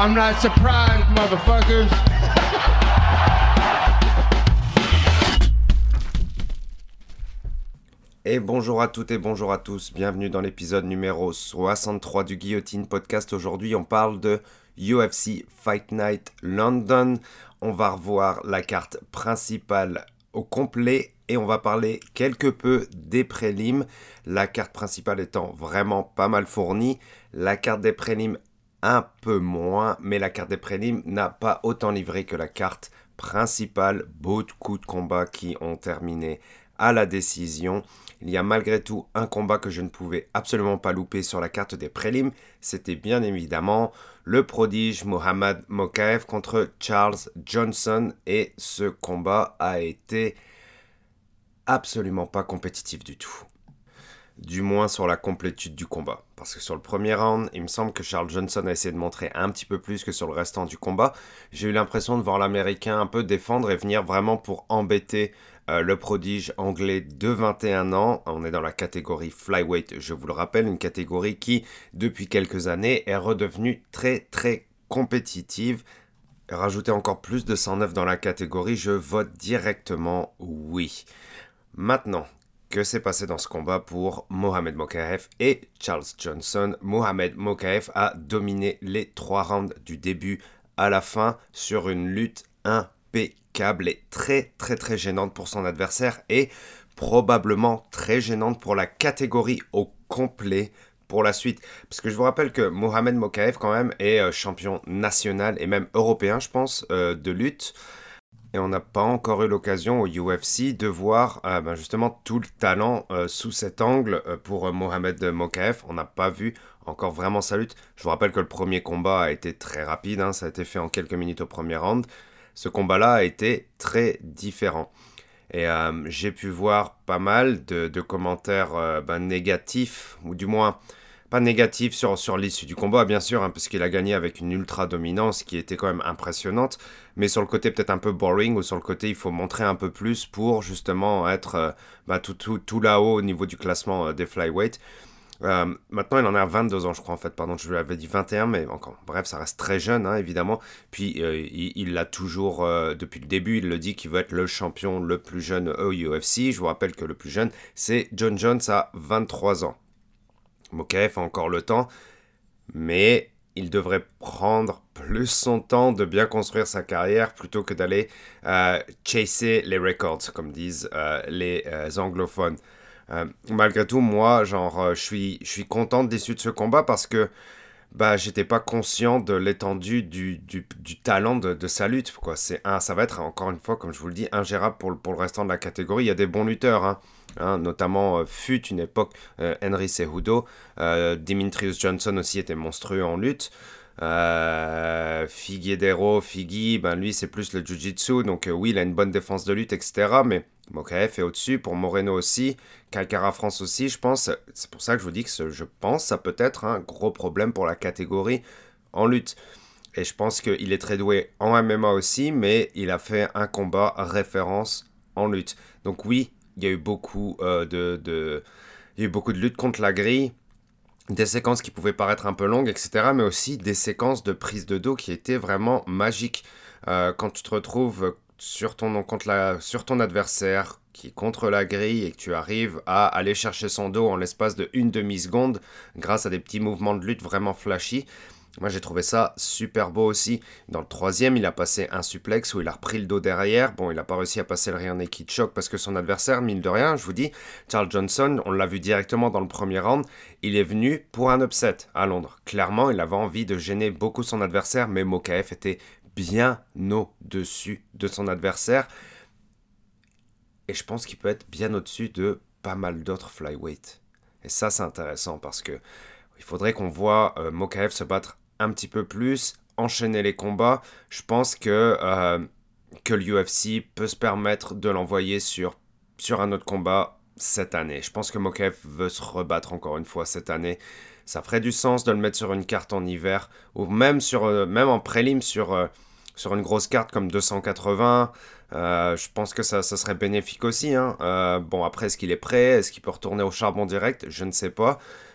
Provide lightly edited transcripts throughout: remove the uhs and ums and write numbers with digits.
I'm not surprised, motherfuckers. Et bonjour à toutes et bonjour à tous, bienvenue dans l'épisode numéro 63 du Guillotine Podcast. Aujourd'hui on parle de UFC Fight Night London. On va revoir la carte principale au complet et on va parler quelque peu des prélims. La carte principale étant vraiment pas mal fournie, la carte des prélims un peu moins, mais la carte des prélims n'a pas autant livré que la carte principale. Beaucoup de combats qui ont terminé à la décision. Il y a malgré tout un combat que je ne pouvais absolument pas louper sur la carte des prélims. C'était bien évidemment le prodige Mohamed Mokaev contre Charles Johnson. Et ce combat a été absolument pas compétitif du tout. Du moins sur la complétude du combat. Parce que sur le premier round, il me semble que Charles Johnson a essayé de montrer un petit peu plus que sur le restant du combat. J'ai eu l'impression de voir l'Américain un peu défendre et venir vraiment pour embêter le prodige anglais de 21 ans. On est dans la catégorie flyweight, je vous le rappelle, une catégorie qui, depuis quelques années, est redevenue très très compétitive. Rajouter encore plus de 109 dans la catégorie, je vote directement oui. Maintenant, que s'est passé dans ce combat pour Mohamed Mokaev et Charles Johnson? Mohamed Mokaev a dominé les 3 rounds du début à la fin sur une lutte impeccable et très très très gênante pour son adversaire et probablement très gênante pour la catégorie au complet pour la suite. Parce que je vous rappelle que Mohamed Mokaev quand même est champion national et même européen je pense de lutte. Et on n'a pas encore eu l'occasion au UFC de voir justement tout le talent sous cet angle pour Mohamed Mokaev. On n'a pas vu encore vraiment sa lutte. Je vous rappelle que le premier combat a été très rapide, ça a été fait en quelques minutes au premier round. Ce combat-là a été très différent. Et j'ai pu voir pas mal de commentaires négatifs, ou du moins pas négatifs sur l'issue du combat, bien sûr, parce qu'il a gagné avec une ultra dominance qui était quand même impressionnante, mais sur le côté peut-être un peu boring, ou sur le côté il faut montrer un peu plus pour justement être tout là-haut au niveau du classement des flyweight. Maintenant il en a 22 ans je crois en fait, pardon, je lui avais dit 21, mais encore, bref, ça reste très jeune évidemment, puis il l'a toujours, depuis le début il le dit qu'il veut être le champion le plus jeune au UFC. Je vous rappelle que le plus jeune c'est John Jones à 23 ans. Mokaev a encore le temps, mais il devrait prendre plus son temps de bien construire sa carrière plutôt que d'aller chasser les records, comme disent les anglophones. Malgré tout, moi, je suis content de l'issue de ce combat parce que j'étais pas conscient de l'étendue du talent de sa lutte, quoi. Ça va être, encore une fois, comme je vous le dis, ingérable pour le restant de la catégorie. Il y a des bons lutteurs, notamment fut une époque Henry Cejudo. Demetrius Johnson aussi était monstrueux en lutte. Figueiredo, lui c'est plus le jiu-jitsu, donc oui il a une bonne défense de lutte, etc. Mais Mokaev est au-dessus, pour Moreno aussi, Calcara France aussi, je pense. C'est pour ça que je vous dis que je pense ça peut être un gros problème pour la catégorie en lutte. Et je pense qu'il est très doué en MMA aussi, mais il a fait un combat référence en lutte. Donc oui, il y a eu beaucoup il y a eu beaucoup de luttes contre la grille, des séquences qui pouvaient paraître un peu longues, etc., mais aussi des séquences de prise de dos qui étaient vraiment magiques. Quand tu te retrouves sur ton adversaire qui est contre la grille et que tu arrives à aller chercher son dos en l'espace de une demi-seconde grâce à des petits mouvements de lutte vraiment flashy. Moi, j'ai trouvé ça super beau aussi. Dans le troisième, il a passé un suplex où il a repris le dos derrière. Bon, il n'a pas réussi à passer le rear naked choke parce que son adversaire, mine de rien, je vous dis, Charles Johnson, on l'a vu directement dans le premier round, il est venu pour un upset à Londres. Clairement, il avait envie de gêner beaucoup son adversaire, mais Mokaev était bien au-dessus de son adversaire. Et je pense qu'il peut être bien au-dessus de pas mal d'autres flyweight. Et ça, c'est intéressant parce que il faudrait qu'on voit Mokaev se battre un petit peu plus, enchaîner les combats. Je pense que l'UFC peut se permettre de l'envoyer sur un autre combat cette année. Je pense que Mokaev veut se rebattre encore une fois cette année. Ça ferait du sens de le mettre sur une carte en hiver, ou même en prélim sur une grosse carte comme 280. Je pense que ça serait bénéfique aussi. Bon, après, est-ce qu'il est prêt? Est-ce qu'il peut retourner au charbon direct? Je ne sais pas.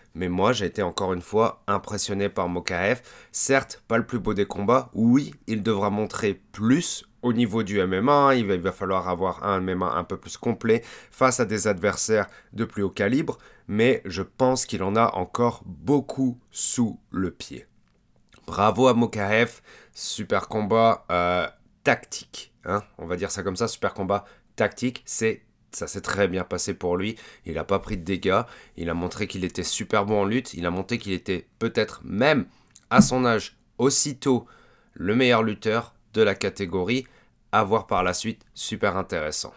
mais moi j'ai été encore une fois impressionné par Mokaev. Certes, pas le plus beau des combats, oui, il devra montrer plus au niveau du MMA, il va falloir avoir un MMA un peu plus complet face à des adversaires de plus haut calibre, mais je pense qu'il en a encore beaucoup sous le pied. Bravo à Mokaev, super combat tactique, hein, on va dire ça comme ça, super combat tactique, ça s'est très bien passé pour lui, il n'a pas pris de dégâts, il a montré qu'il était super bon en lutte, il a montré qu'il était peut-être même à son âge aussitôt le meilleur lutteur de la catégorie, à voir par la suite, super intéressant.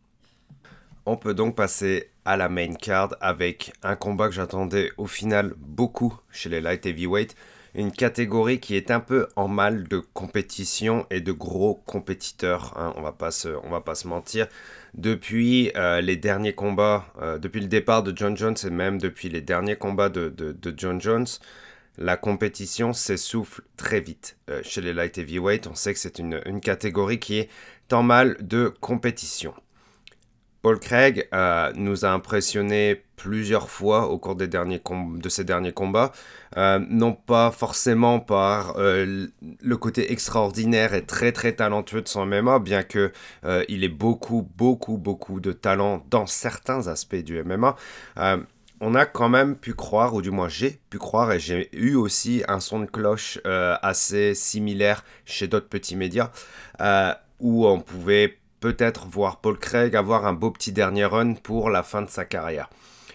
On peut donc passer à la main card avec un combat que j'attendais au final beaucoup chez les light heavyweight, une catégorie qui est un peu en mal de compétition et de gros compétiteurs, hein, on va pas se mentir. Depuis les derniers combats, depuis le départ de John Jones et même depuis les derniers combats de John Jones, la compétition s'essouffle très vite chez les light heavyweight. On sait que c'est une catégorie qui est en mal de compétition. Paul Craig nous a impressionnés plusieurs fois au cours de ces derniers combats, non pas forcément par le côté extraordinaire et très très talentueux de son MMA, bien que il ait beaucoup de talent dans certains aspects du MMA. On a quand même pu croire, ou du moins j'ai pu croire, et j'ai eu aussi un son de cloche assez similaire chez d'autres petits médias, où on pouvait peut-être voir Paul Craig avoir un beau petit dernier run pour la fin de sa carrière.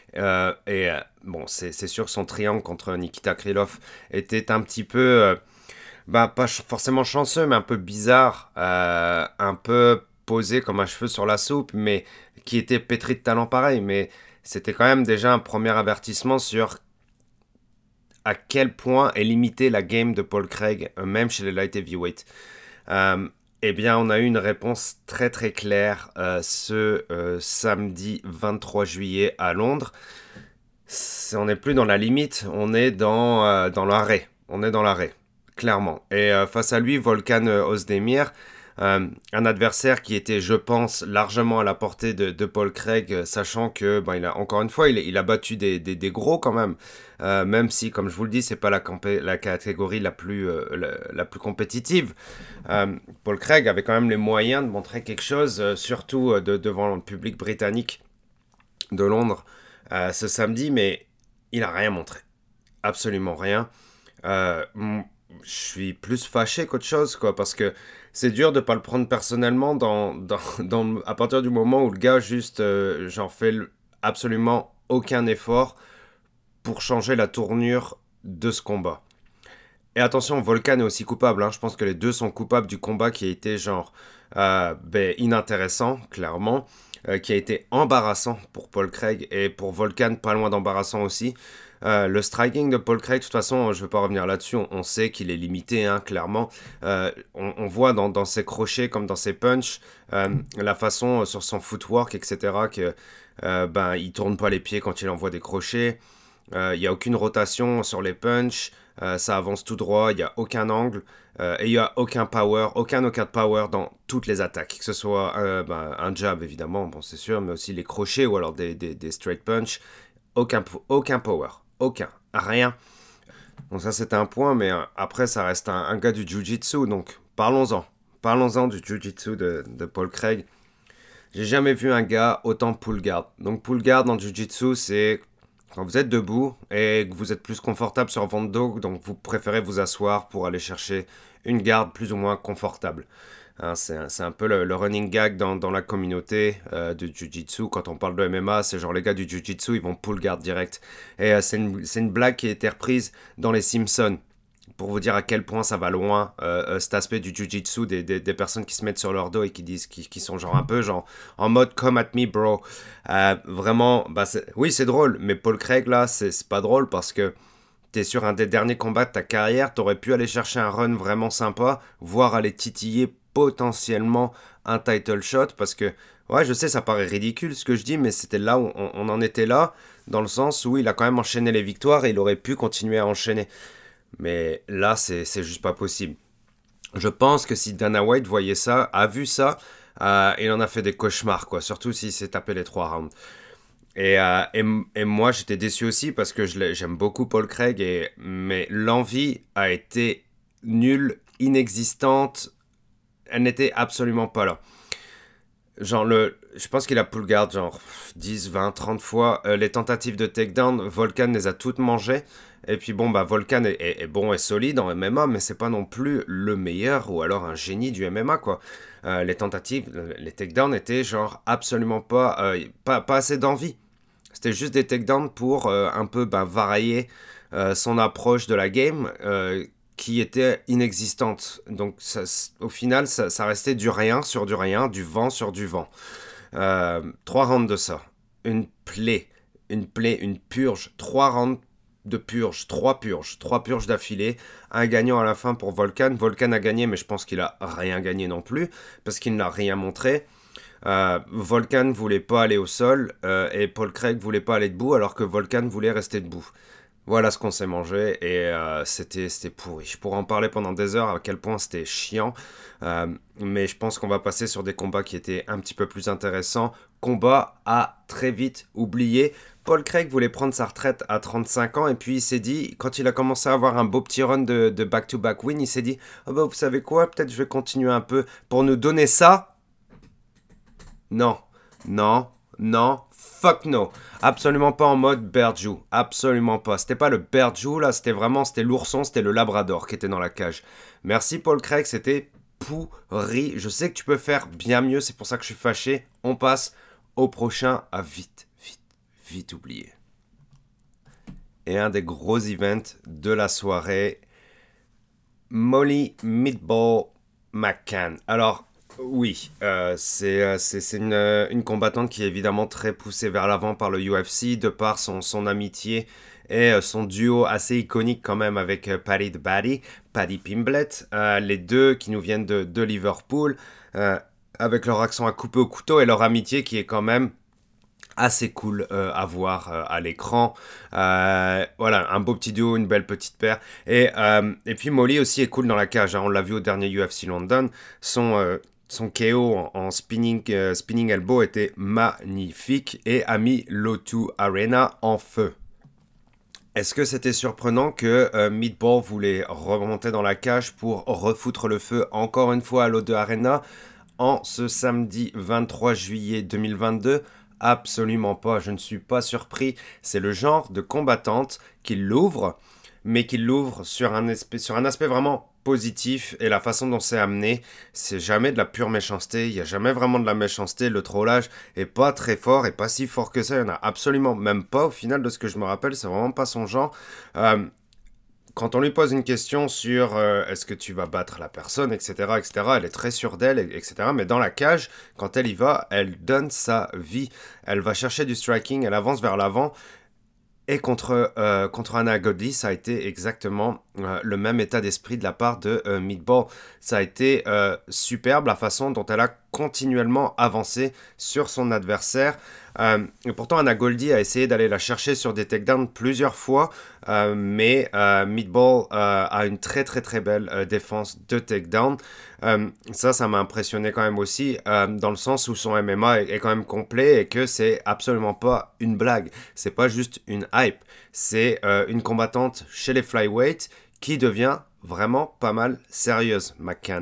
Bon, c'est sûr que son triangle contre Nikita Krylov était un petit peu, pas forcément chanceux, mais un peu bizarre, un peu posé comme un cheveu sur la soupe, mais qui était pétri de talent pareil. Mais c'était quand même déjà un premier avertissement sur à quel point est limitée la game de Paul Craig, même chez les light heavyweight. Eh bien, on a eu une réponse très très claire ce samedi 23 juillet à Londres. On n'est plus dans la limite, on est dans l'arrêt. On est dans l'arrêt, clairement. Et face à lui, Volkan Ozdemir, un adversaire qui était, je pense, largement à la portée de Paul Craig, sachant que, encore une fois, il a battu des gros quand même si, comme je vous le dis, c'est pas la catégorie la plus compétitive. Paul Craig avait quand même les moyens de montrer quelque chose, surtout devant le public britannique de Londres ce samedi, mais il n'a rien montré. Absolument rien. Je suis plus fâché qu'autre chose, quoi, parce que c'est dur de pas le prendre personnellement à partir du moment où le gars juste j'en fais absolument aucun effort pour changer la tournure de ce combat. Et attention, Volkan est aussi coupable, hein. Je pense que les deux sont coupables du combat qui a été inintéressant, clairement, qui a été embarrassant pour Paul Craig et pour Volkan pas loin d'embarrassant aussi. Le striking de Paul Craig, de toute façon, je ne vais pas revenir là-dessus, on sait qu'il est limité, hein, clairement. On voit dans ses crochets comme dans ses punches, la façon sur son footwork, etc., que il tourne pas les pieds quand il envoie des crochets. Il n'y a aucune rotation sur les punches, ça avance tout droit, il n'y a aucun angle, et il n'y a aucun power, aucun knockout power dans toutes les attaques, que ce soit un jab évidemment, bon c'est sûr, mais aussi les crochets ou alors des straight punch, aucun power, rien. Donc ça c'était un point, mais après ça reste un gars du jiu-jitsu, donc parlons-en du jiu-jitsu de Paul Craig. J'ai jamais vu un gars autant pull guard. Donc pull guard dans jiu-jitsu, c'est quand vous êtes debout et que vous êtes plus confortable sur votre dos, donc vous préférez vous asseoir pour aller chercher une garde plus ou moins confortable. Hein, c'est un peu le running gag dans la communauté du jiu-jitsu. Quand on parle de MMA, c'est genre les gars du jiu-jitsu, ils vont pull guard direct. Et c'est une blague qui a été reprise dans les Simpsons, pour vous dire à quel point ça va loin, cet aspect du jiu-jitsu, des personnes qui se mettent sur leur dos et qui sont genre un peu genre en mode come at me bro. Vraiment, oui c'est drôle, mais Paul Craig là, c'est pas drôle parce que t'es sur un des derniers combats de ta carrière, t'aurais pu aller chercher un run vraiment sympa, voire aller titiller potentiellement un title shot, parce que, ouais je sais ça paraît ridicule ce que je dis, mais c'était là où on en était là, dans le sens où il a quand même enchaîné les victoires et il aurait pu continuer à enchaîner. Mais là, c'est juste pas possible. Je pense que si Dana White voyait ça, a vu ça, il en a fait des cauchemars, quoi. Surtout s'il s'est tapé les 3 rounds. Et moi, j'étais déçu aussi parce que j'aime beaucoup Paul Craig, mais l'envie a été nulle, inexistante. Elle n'était absolument pas là. Genre, je pense qu'il a pull guard genre 10, 20, 30 fois. Les tentatives de takedown, Volkan les a toutes mangées. Et puis bon, bah Volkan est bon et solide en MMA, mais c'est pas non plus le meilleur ou alors un génie du MMA, quoi. Les tentatives, les takedowns étaient genre absolument pas assez d'envie. C'était juste des takedowns pour un peu varier son approche de la game qui était inexistante. Donc au final, ça restait du rien sur du rien, du vent sur du vent. 3 rounds de ça. Une purge. 3 rounds de purge, 3 purges d'affilée, un gagnant à la fin pour Volkan. Volkan a gagné, mais je pense qu'il a rien gagné non plus, parce qu'il n'a rien montré. Volkan voulait pas aller au sol et Paul Craig voulait pas aller debout alors que Volkan voulait rester debout. Voilà ce qu'on s'est mangé et c'était pourri. Je pourrais en parler pendant des heures à quel point c'était chiant, mais je pense qu'on va passer sur des combats qui étaient un petit peu plus intéressants. Combat à très vite oublié. Paul Craig voulait prendre sa retraite à 35 ans et puis il s'est dit, quand il a commencé à avoir un beau petit run de back-to-back win, il s'est dit oh bah, vous savez quoi, peut-être je vais continuer un peu pour nous donner ça. Non, fuck no. Absolument pas en mode Berju, absolument pas. C'était pas le Berju là, c'était l'ourson, c'était le labrador qui était dans la cage. Merci Paul Craig, c'était pourri. Je sais que tu peux faire bien mieux, c'est pour ça que je suis fâché. On passe au prochain à vite oublier. Et un des gros events de la soirée, Molly Meatball McCann. Alors, oui, c'est une combattante qui est évidemment très poussée vers l'avant par le UFC, de par son amitié et son duo assez iconique quand même avec Paddy the Baddy, Paddy Pimblett, les deux qui nous viennent de Liverpool, avec leur accent à couper au couteau et leur amitié qui est quand même assez cool à voir à l'écran. Voilà, un beau petit duo, une belle petite paire. Et puis Molly aussi est cool dans la cage, hein. On l'a vu au dernier UFC London. Son KO en spinning elbow était magnifique et a mis l'O2 Arena en feu. Est-ce que c'était surprenant que Meatball voulait remonter dans la cage pour refoutre le feu encore une fois à l'O2 Arena en ce samedi 23 juillet 2022 ? Absolument pas, je ne suis pas surpris. C'est le genre de combattante qui l'ouvre, mais qui l'ouvre sur un aspect vraiment positif, et la façon dont c'est amené, c'est jamais de la pure méchanceté, il n'y a jamais vraiment de la méchanceté, le trollage est pas très fort et pas si fort que ça, il n'y en a absolument même pas au final de ce que je me rappelle, c'est vraiment pas son genre. Quand on lui pose une question sur est-ce que tu vas battre la personne, etc., elle est très sûre d'elle, etc., mais dans la cage, quand elle y va, elle donne sa vie, elle va chercher du striking, elle avance vers l'avant. Et contre Anna Godley, ça a été exactement le même état d'esprit de la part de Meatball. Ça a été superbe la façon dont elle a continuellement avancé sur son adversaire. Et pourtant, Anna Goldie a essayé d'aller la chercher sur des takedowns plusieurs fois, mais Meatball a une très très très belle défense de takedown. Ça m'a impressionné quand même aussi, dans le sens où son MMA est quand même complet et que c'est absolument pas une blague. C'est pas juste une hype. C'est une combattante chez les flyweight qui devient vraiment pas mal sérieuse, McCann.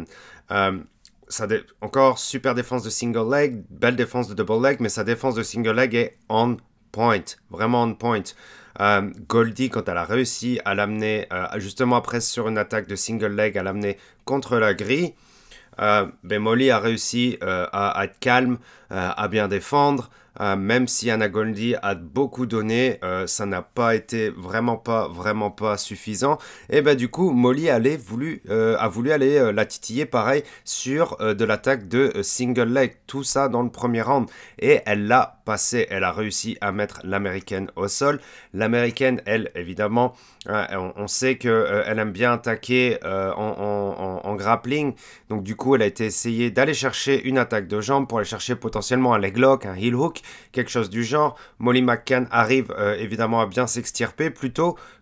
Encore super défense de single leg, belle défense de double leg, mais sa défense de single leg est on point, vraiment on point. Goldie, quand elle a réussi à l'amener, justement après sur une attaque de single leg, à l'amener contre la grille, Molly a réussi à être calme, à bien défendre, même si Anna Goldie a beaucoup donné, ça n'a pas été vraiment pas suffisant. Et du coup, Molly a voulu aller la titiller pareil sur de l'attaque de single leg, tout ça dans le premier round. Et elle l'a passé, elle a réussi à mettre l'américaine au sol. L'américaine, elle, évidemment, on sait qu'elle aime bien attaquer en grappling, donc du coup elle a été essayée d'aller chercher une attaque de jambe pour aller chercher potentiellement un leg lock, un heel hook, quelque chose du genre. Molly McCann arrive évidemment à bien s'extirper plutôt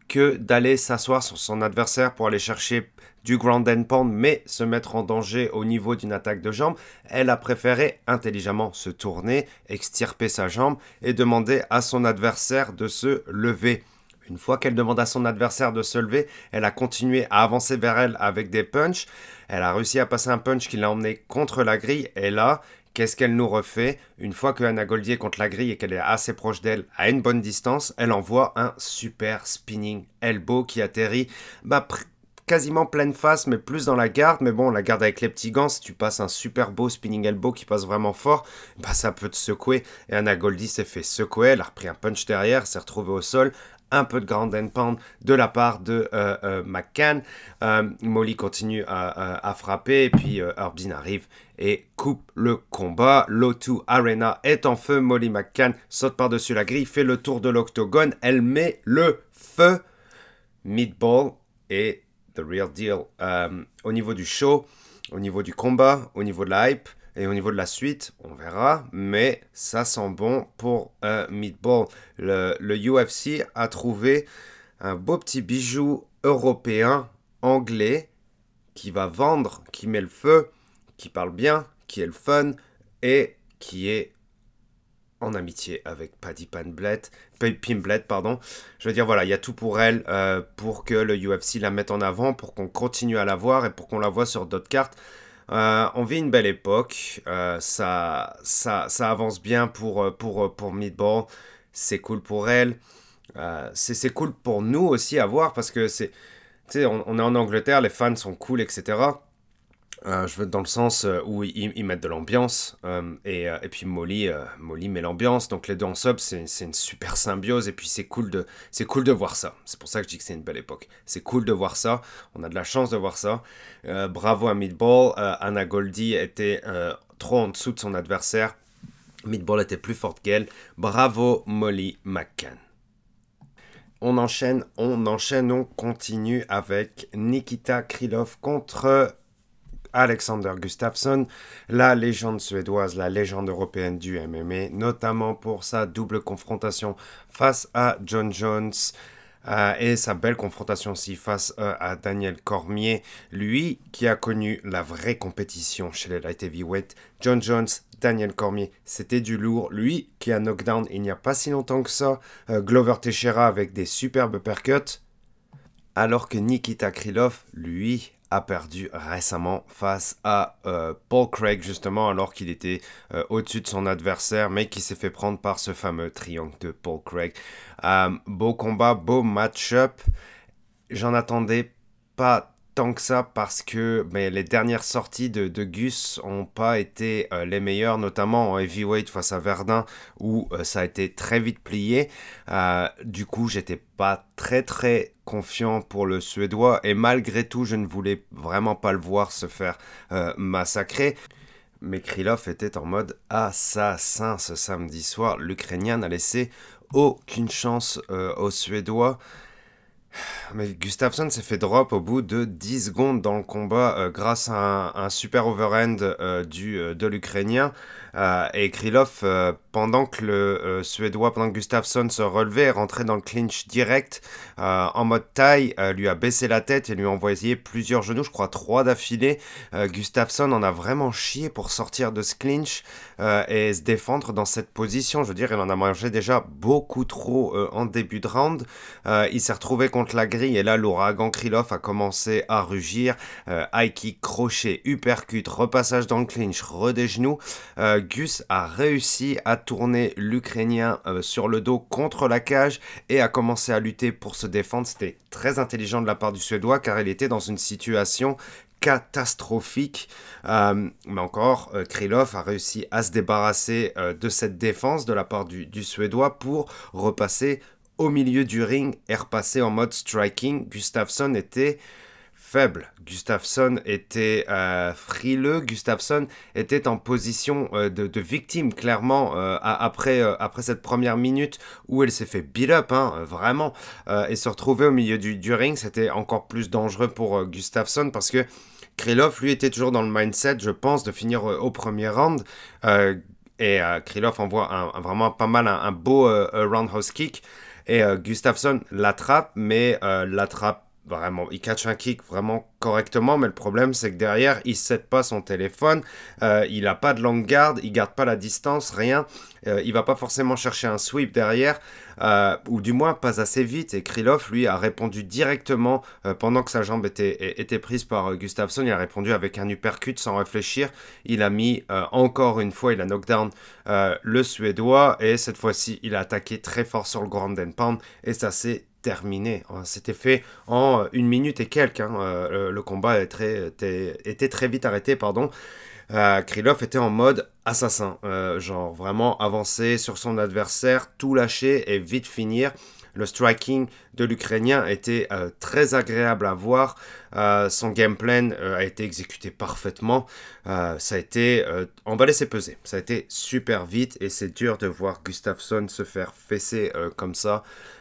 que d'aller s'asseoir sur son adversaire pour aller chercher du ground and pound, mais se mettre en danger au niveau d'une attaque de jambe. Elle a préféré intelligemment se tourner, extirper sa jambe et demander à son adversaire de se lever. Une fois qu'elle demande à son adversaire de se lever, elle a continué à avancer vers elle avec des punchs. Elle a réussi à passer un punch qui l'a emmené contre la grille. Et là, qu'est-ce qu'elle nous refait? Une fois que Hannah Goldy est contre la grille et qu'elle est assez proche d'elle, à une bonne distance, elle envoie un super spinning elbow qui atterrit quasiment pleine face, mais plus dans la garde. Mais bon, la garde avec les petits gants, si tu passes un super beau spinning elbow qui passe vraiment fort, ça peut te secouer. Et Hannah Goldy s'est fait secouer, elle a repris un punch derrière, s'est retrouvée au sol. Un peu de ground and pound de la part de McCann. Molly continue à frapper et puis Herb Dean arrive et coupe le combat. l'O2 Arena est en feu. Molly McCann saute par-dessus la grille, fait le tour de l'octogone. Elle met le feu. Meatball et the real deal. Au niveau du show, au niveau du combat, au niveau de la hype, et au niveau de la suite, on verra, mais ça sent bon pour Meatball. Le UFC a trouvé un beau petit bijou européen, anglais, qui va vendre, qui met le feu, qui parle bien, qui est le fun, et qui est en amitié avec Paddy Pimblett. Je veux dire, voilà, il y a tout pour elle, pour que le UFC la mette en avant, pour qu'on continue à la voir et pour qu'on la voit sur d'autres cartes. On vit une belle époque, ça avance bien pour Meatball, c'est cool pour elle, c'est cool pour nous aussi à voir parce que on est en Angleterre, les fans sont cool, etc. Je veux dans le sens où ils mettent de l'ambiance et puis Molly met l'ambiance, donc les deux en sub c'est une super symbiose et puis c'est cool de voir ça. C'est pour ça que je dis que c'est une belle époque. C'est cool de voir ça, on a de la chance de voir ça. Bravo à Meatball. Hannah Goldy était trop en dessous de son adversaire. Meatball était plus forte qu'elle. Bravo Molly McCann. On enchaîne, on continue avec Nikita Krylov contre Alexander Gustafsson, la légende suédoise, la légende européenne du MMA, notamment pour sa double confrontation face à Jon Jones et sa belle confrontation aussi face à Daniel Cormier, lui qui a connu la vraie compétition chez les light heavyweight. Jon Jones, Daniel Cormier, c'était du lourd, lui qui a knockdown il n'y a pas si longtemps que ça, Glover Teixeira avec des superbes uppercuts, alors que Nikita Krylov, lui, a perdu récemment face à Paul Craig, justement, alors qu'il était au-dessus de son adversaire, mais qui s'est fait prendre par ce fameux triangle de Paul Craig. Beau combat, beau match-up. J'en attendais pas tant que ça parce que les dernières sorties de Gus n'ont pas été les meilleures, notamment en heavyweight face à Verdun où ça a été très vite plié. Du coup, j'étais pas très très confiant pour le Suédois et malgré tout, je ne voulais vraiment pas le voir se faire massacrer. Mais Krylov était en mode assassin ce samedi soir. L'Ukrainien n'a laissé aucune chance aux Suédois. Mais Gustafsson s'est fait drop au bout de 10 secondes dans le combat grâce à un super overhand de l'Ukrainien. Et Krylov, pendant que Gustafsson se relevait, rentrait dans le clinch direct en mode taille, lui a baissé la tête et lui a envoyé plusieurs genoux, je crois 3 d'affilée. Gustafsson en a vraiment chié pour sortir de ce clinch et se défendre dans cette position. Je veux dire, il en a mangé déjà beaucoup trop en début de round. Il s'est retrouvé contre la grille et là, l'ouragan Krylov a commencé à rugir. High kick, crochet, uppercut, repassage dans le clinch, des genoux. Gus a réussi à tourner l'Ukrainien sur le dos contre la cage et a commencé à lutter pour se défendre. C'était très intelligent de la part du Suédois car il était dans une situation catastrophique. Mais encore, Krylov a réussi à se débarrasser de cette défense de la part du Suédois pour repasser au milieu du ring et repasser en mode striking. Gustafsson était faible. Gustafsson était frileux. Gustafsson était en position de victime, clairement, après cette première minute où elle s'est fait beat up, vraiment. Et se retrouver au milieu du ring, c'était encore plus dangereux pour Gustafsson parce que Krylov, lui, était toujours dans le mindset, je pense, de finir au premier round. Et Krylov envoie vraiment pas mal un beau roundhouse kick. Et Gustafsson l'attrape, mais l'attrape vraiment, il catch un kick vraiment correctement, mais le problème c'est que derrière il set pas son téléphone, il a pas de long garde, il garde pas la distance, rien, il va pas forcément chercher un sweep derrière, ou du moins pas assez vite, et Krylov lui a répondu directement pendant que sa jambe était prise par Gustafsson, il a répondu avec un uppercut sans réfléchir, il a mis encore une fois, il a knockdown le Suédois, et cette fois-ci il a attaqué très fort sur le ground and pound, et ça s'est terminé. C'était fait en 1 minute et quelques. Le combat était très vite arrêté, pardon. Krylov était en mode assassin. Genre vraiment avancer sur son adversaire, tout lâcher et vite finir. Le striking de l'Ukrainien était très agréable à voir. Son game plan a été exécuté parfaitement. Ça a été emballé, c'est pesé. Ça a été super vite et c'est dur de voir Gustafsson se faire fesser comme ça.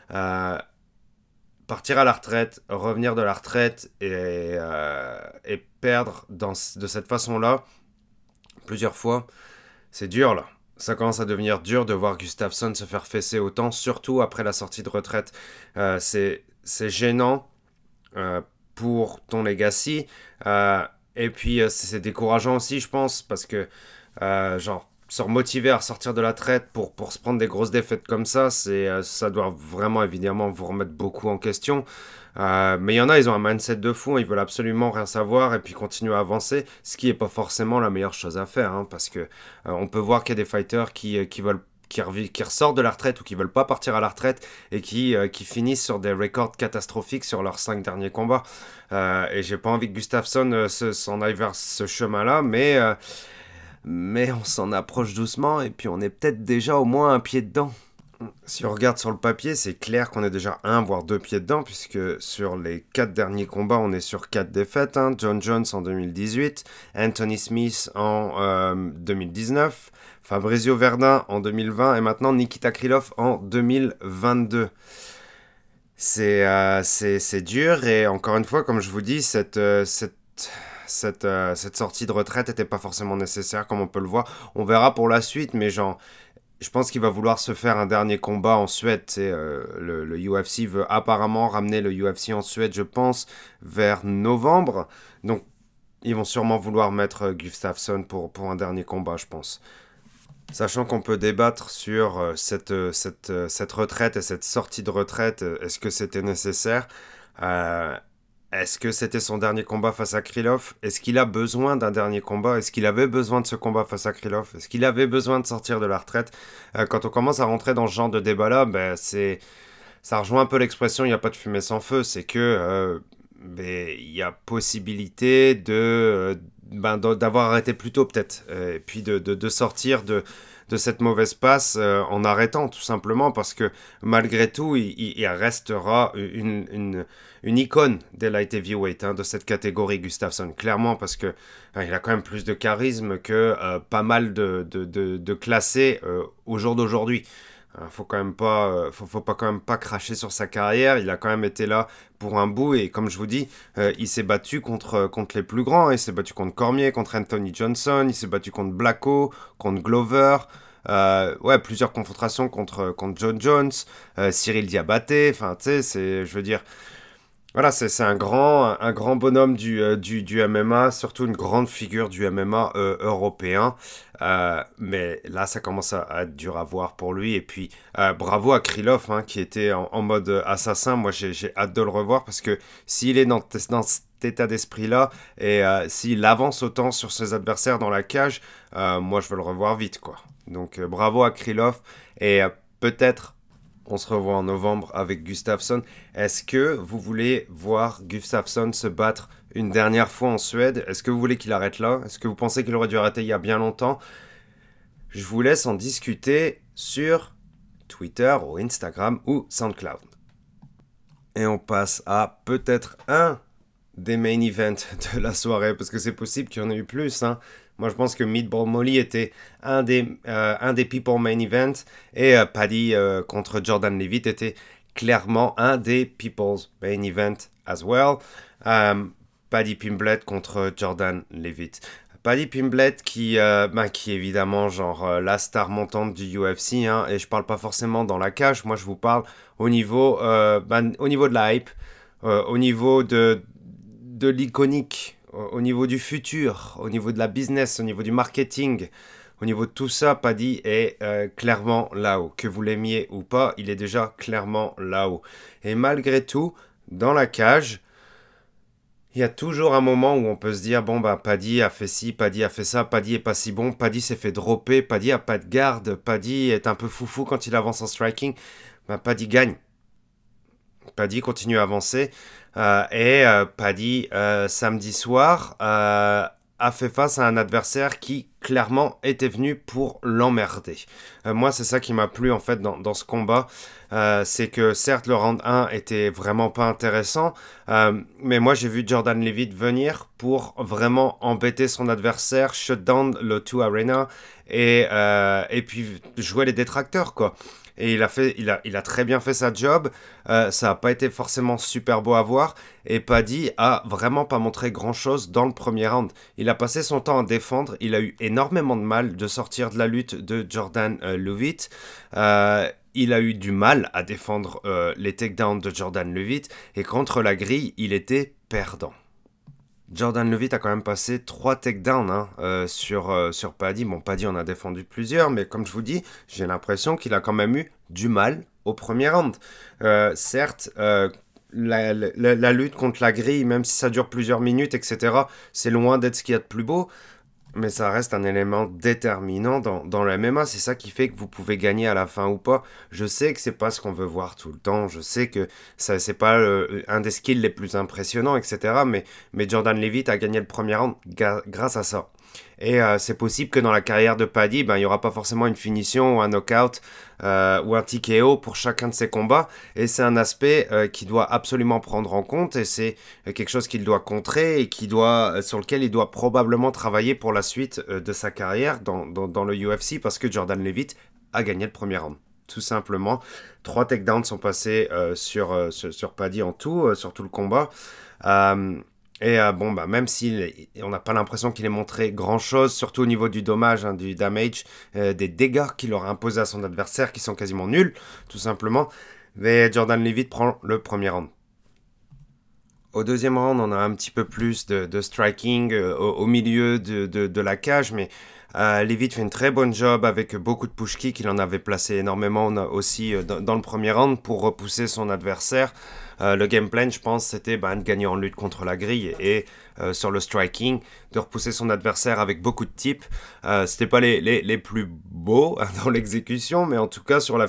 Partir à la retraite, revenir de la retraite et perdre de cette façon-là plusieurs fois, c'est dur là. Ça commence à devenir dur de voir Gustafsson se faire fesser autant, surtout après la sortie de retraite. C'est gênant pour ton legacy. Et puis c'est décourageant aussi, je pense, parce que genre se remotiver à ressortir de la traite pour se prendre des grosses défaites comme ça, ça doit vraiment évidemment vous remettre beaucoup en question. Mais il y en a, ils ont un mindset de fou, ils veulent absolument rien savoir et puis continuer à avancer, ce qui n'est pas forcément la meilleure chose à faire, hein, parce que on peut voir qu'il y a des fighters qui veulent qui ressortent de la retraite ou qui veulent pas partir à la retraite et qui finissent sur des records catastrophiques sur leurs 5 derniers combats. Et j'ai pas envie que Gustafsson s'en aille vers ce chemin-là, mais on s'en approche doucement et puis on est peut-être déjà au moins un pied dedans. Si on regarde sur le papier, c'est clair qu'on est déjà un voire 2 pieds dedans, puisque sur les 4 derniers combats, on est sur 4 défaites. Hein. John Jones en 2018, Anthony Smith en 2019, Fabrizio Verdun en 2020 et maintenant Nikita Krylov en 2022. C'est dur et encore une fois, comme je vous dis, cette sortie de retraite n'était pas forcément nécessaire, comme on peut le voir. On verra pour la suite, mais genre, je pense qu'il va vouloir se faire un dernier combat en Suède. Le UFC veut apparemment ramener le UFC en Suède, je pense, vers novembre. Donc, ils vont sûrement vouloir mettre Gustafsson pour un dernier combat, je pense. Sachant qu'on peut débattre sur cette retraite et cette sortie de retraite, est-ce que c'était nécessaire Est-ce que c'était son dernier combat face à Krylov? Est-ce qu'il a besoin d'un dernier combat? Est-ce qu'il avait besoin de ce combat face à Krylov? Est-ce qu'il avait besoin de sortir de la retraite? Quand on commence à rentrer dans ce genre de débat-là, ça rejoint un peu l'expression « il n'y a pas de fumée sans feu ». C'est que il y a possibilité d'avoir arrêté plus tôt peut-être. Et puis de sortir de cette mauvaise passe en arrêtant tout simplement parce que malgré tout il restera une icône des light heavyweight, hein, de cette catégorie Gustafsson, clairement, parce que il a quand même plus de charisme que pas mal de classés au jour d'aujourd'hui. Faut quand même pas, faut pas quand même pas cracher sur sa carrière. Il a quand même été là pour un bout et comme je vous dis, il s'est battu contre les plus grands. Il s'est battu contre Cormier, contre Anthony Johnson. Il s'est battu contre Blacko, contre Glover. Plusieurs confrontations contre John Jones, Cyril Diabaté. Enfin, tu sais, je veux dire. Voilà, c'est un grand bonhomme du MMA, surtout une grande figure du MMA européen. Mais là, ça commence à être dur à voir pour lui. Et puis, bravo à Krylov, hein, qui était en mode assassin. Moi, j'ai hâte de le revoir parce que s'il est dans cet état d'esprit-là et s'il avance autant sur ses adversaires dans la cage, moi, je veux le revoir vite, quoi. Donc, bravo à Krylov. Et peut-être on se revoit en novembre avec Gustafsson. Est-ce que vous voulez voir Gustafsson se battre une dernière fois en Suède? Est-ce que vous voulez qu'il arrête là? Est-ce que vous pensez qu'il aurait dû arrêter il y a bien longtemps? Je vous laisse en discuter sur Twitter ou Instagram ou SoundCloud. Et on passe à peut-être un des main events de la soirée, parce que c'est possible qu'il y en ait eu plus, hein. Moi, je pense que Meatball Molly était un des People Main Event et Paddy contre Jordan Leavitt était clairement un des People's Main Event as well. Paddy Pimblett contre Jordan Leavitt. Paddy Pimblett qui est évidemment la star montante du UFC, hein, et je parle pas forcément dans la cage, moi je vous parle au niveau de la hype, au niveau de l'iconique, au niveau du futur, au niveau de la business, au niveau du marketing, au niveau de tout ça. Paddy est clairement là-haut. Que vous l'aimiez ou pas, il est déjà clairement là-haut. Et malgré tout, dans la cage, il y a toujours un moment où on peut se dire, bon bah Paddy a fait ci, Paddy a fait ça, Paddy est pas si bon, Paddy s'est fait dropper, Paddy a pas de garde, Paddy est un peu foufou quand il avance en striking. Bah, Paddy gagne. Paddy continue à avancer. Paddy, samedi soir, a fait face à un adversaire qui clairement était venu pour l'emmerder. Moi, c'est ça qui m'a plu en fait dans ce combat. C'est que certes, le round 1 était vraiment pas intéressant, mais moi j'ai vu Jordan Leavitt venir pour vraiment embêter son adversaire, shut down le 2 Arena et puis jouer les détracteurs, quoi. Et il a très bien fait sa job. Ça n'a pas été forcément super beau à voir. Et Paddy a vraiment pas montré grand chose dans le premier round. Il a passé son temps à défendre. Il a eu énormément de mal de sortir de la lutte de Jordan Leavitt. Il a eu du mal à défendre les takedowns de Jordan Leavitt. Et contre la grille, il était perdant. Jordan Leavitt a quand même passé 3 takedowns sur Paddy. Bon, Paddy en a défendu plusieurs, mais comme je vous dis, j'ai l'impression qu'il a quand même eu du mal au premier round. Certes, la lutte contre la grille, même si ça dure plusieurs minutes, etc., c'est loin d'être ce qu'il y a de plus beau. Mais ça reste un élément déterminant dans le MMA. C'est ça qui fait que vous pouvez gagner à la fin ou pas. Je sais que c'est pas ce qu'on veut voir tout le temps. Je sais que ça c'est pas un des skills les plus impressionnants, etc. Mais Jordan Leavitt a gagné le premier round grâce à ça. Et c'est possible que dans la carrière de Paddy, il n'y aura pas forcément une finition ou un knockout ou un TKO pour chacun de ses combats. Et c'est un aspect qu'il doit absolument prendre en compte. Et c'est quelque chose qu'il doit contrer et sur lequel il doit probablement travailler pour la suite de sa carrière dans le UFC, parce que Jordan Leavitt a gagné le premier round. Tout simplement. 3 takedowns sont passés sur Paddy en tout, sur tout le combat. Même si on n'a pas l'impression qu'il ait montré grand-chose, surtout au niveau du dommage, du damage, des dégâts qu'il aura imposés à son adversaire, qui sont quasiment nuls, tout simplement. Mais Jordan Leavitt prend le premier round. Au deuxième round, on a un petit peu plus de striking au milieu de la cage, mais Leavitt fait une très bonne job avec beaucoup de push kicks. Il en avait placé énormément aussi dans le premier round pour repousser son adversaire. Le game plan, je pense, c'était de gagner en lutte contre la grille et sur le striking, de repousser son adversaire avec beaucoup de types. C'était pas les plus beaux dans l'exécution, mais en tout cas sur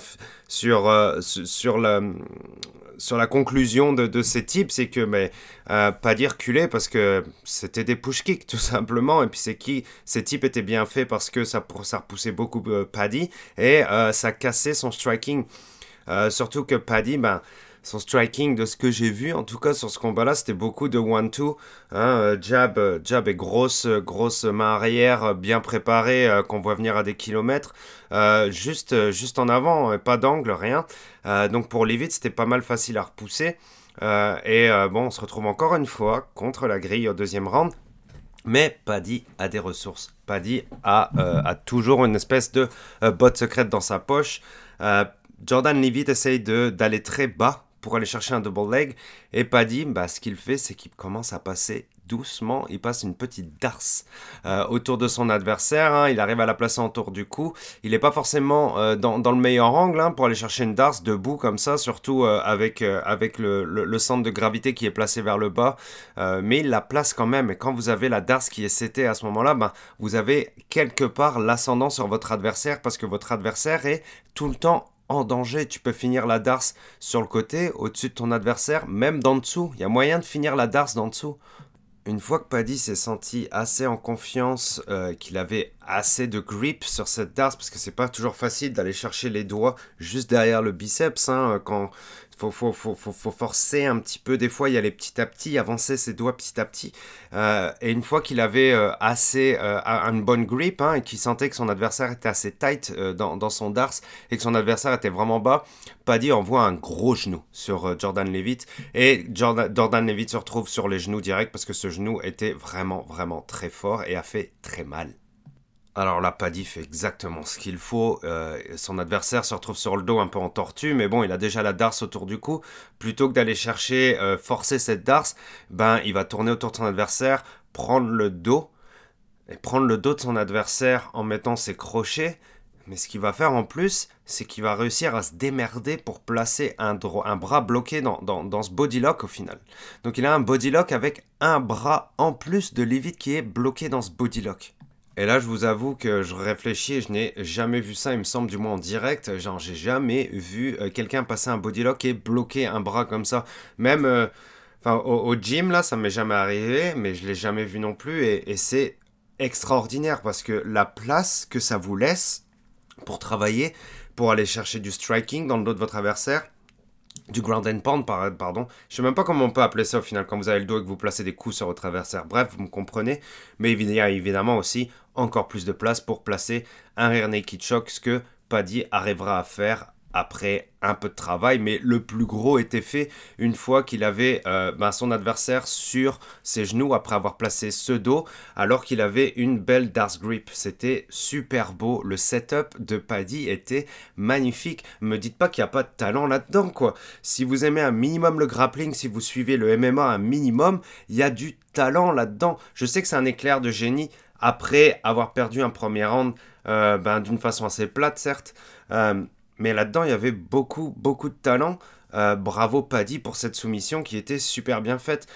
la conclusion de ces types, c'est que pas dire reculer parce que c'était des push kicks tout simplement, et puis ces types étaient bien faits parce que ça repoussait beaucoup Paddy et ça cassait son striking. Surtout que Paddy, son striking, de ce que j'ai vu, en tout cas sur ce combat-là, c'était beaucoup de 1-2, jab et grosse main arrière, bien préparée, qu'on voit venir à des kilomètres, juste en avant, pas d'angle, rien. Donc pour Leavitt, c'était pas mal facile à repousser. On se retrouve encore une fois contre la grille au deuxième round. Mais Paddy a des ressources. Paddy a toujours une espèce de botte secrète dans sa poche. Jordan Leavitt essaye d'aller très bas pour aller chercher un double leg. Et Paddy, ce qu'il fait, c'est qu'il commence à passer doucement. Il passe une petite darse autour de son adversaire. Il arrive à la placer autour du cou. Il n'est pas forcément dans le meilleur angle pour aller chercher une darse debout comme ça, surtout avec le centre de gravité qui est placé vers le bas. Mais il la place quand même. Et quand vous avez la darse qui est setée à ce moment-là, vous avez quelque part l'ascendant sur votre adversaire, parce que votre adversaire est tout le temps en danger. Tu peux finir la darse sur le côté, au-dessus de ton adversaire, même d'en dessous. Il y a moyen de finir la darse d'en dessous. Une fois que Paddy s'est senti assez en confiance, qu'il avait assez de grip sur cette darse parce que c'est pas toujours facile d'aller chercher les doigts juste derrière le biceps, hein, quand faut forcer un petit peu. Des fois, il y allait petit à petit, avancer ses doigts petit à petit. Et une fois qu'il avait une bonne grip, hein, et qu'il sentait que son adversaire était assez tight dans son darse et que son adversaire était vraiment bas, Paddy envoie un gros genou sur Jordan Leavitt. Et Jordan Leavitt se retrouve sur les genoux direct parce que ce genou était vraiment, vraiment très fort et a fait très mal. Alors là, Paddy fait exactement ce qu'il faut. Son adversaire se retrouve sur le dos un peu en tortue, mais bon, il a déjà la darse autour du cou. Plutôt que d'aller chercher, forcer cette darse, ben, il va tourner autour de son adversaire, prendre le dos de son adversaire en mettant ses crochets. Mais ce qu'il va faire en plus, c'est qu'il va réussir à se démerder pour placer un bras bloqué dans ce bodylock au final. Donc il a un bodylock avec un bras en plus de Leavitt qui est bloqué dans ce bodylock. Et là, je vous avoue que je réfléchis et je n'ai jamais vu ça, il me semble, du moins en direct. Genre, j'ai jamais vu quelqu'un passer un bodylock et bloquer un bras comme ça. Même au gym, là, ça m'est jamais arrivé, mais je l'ai jamais vu non plus. Et c'est extraordinaire parce que la place que ça vous laisse pour travailler, pour aller chercher du striking dans le dos de votre adversaire, du ground and pound, pardon. Je sais même pas comment on peut appeler ça au final quand vous avez le dos et que vous placez des coups sur votre adversaire. Bref, vous me comprenez. Mais il y a évidemment aussi encore plus de place pour placer un rear naked choke, ce que Paddy arrivera à faire après un peu de travail, mais le plus gros était fait une fois qu'il avait son adversaire sur ses genoux après avoir placé ce dos, alors qu'il avait une belle darce grip. C'était super beau, le setup de Paddy était magnifique. Me dites pas qu'il n'y a pas de talent là-dedans, quoi. Si vous aimez un minimum le grappling, si vous suivez le MMA un minimum, il y a du talent là-dedans. Je sais que c'est un éclair de génie après avoir perdu un premier round d'une façon assez plate, certes, mais là-dedans, il y avait beaucoup, beaucoup de talent. Bravo Paddy pour cette soumission qui était super bien faite.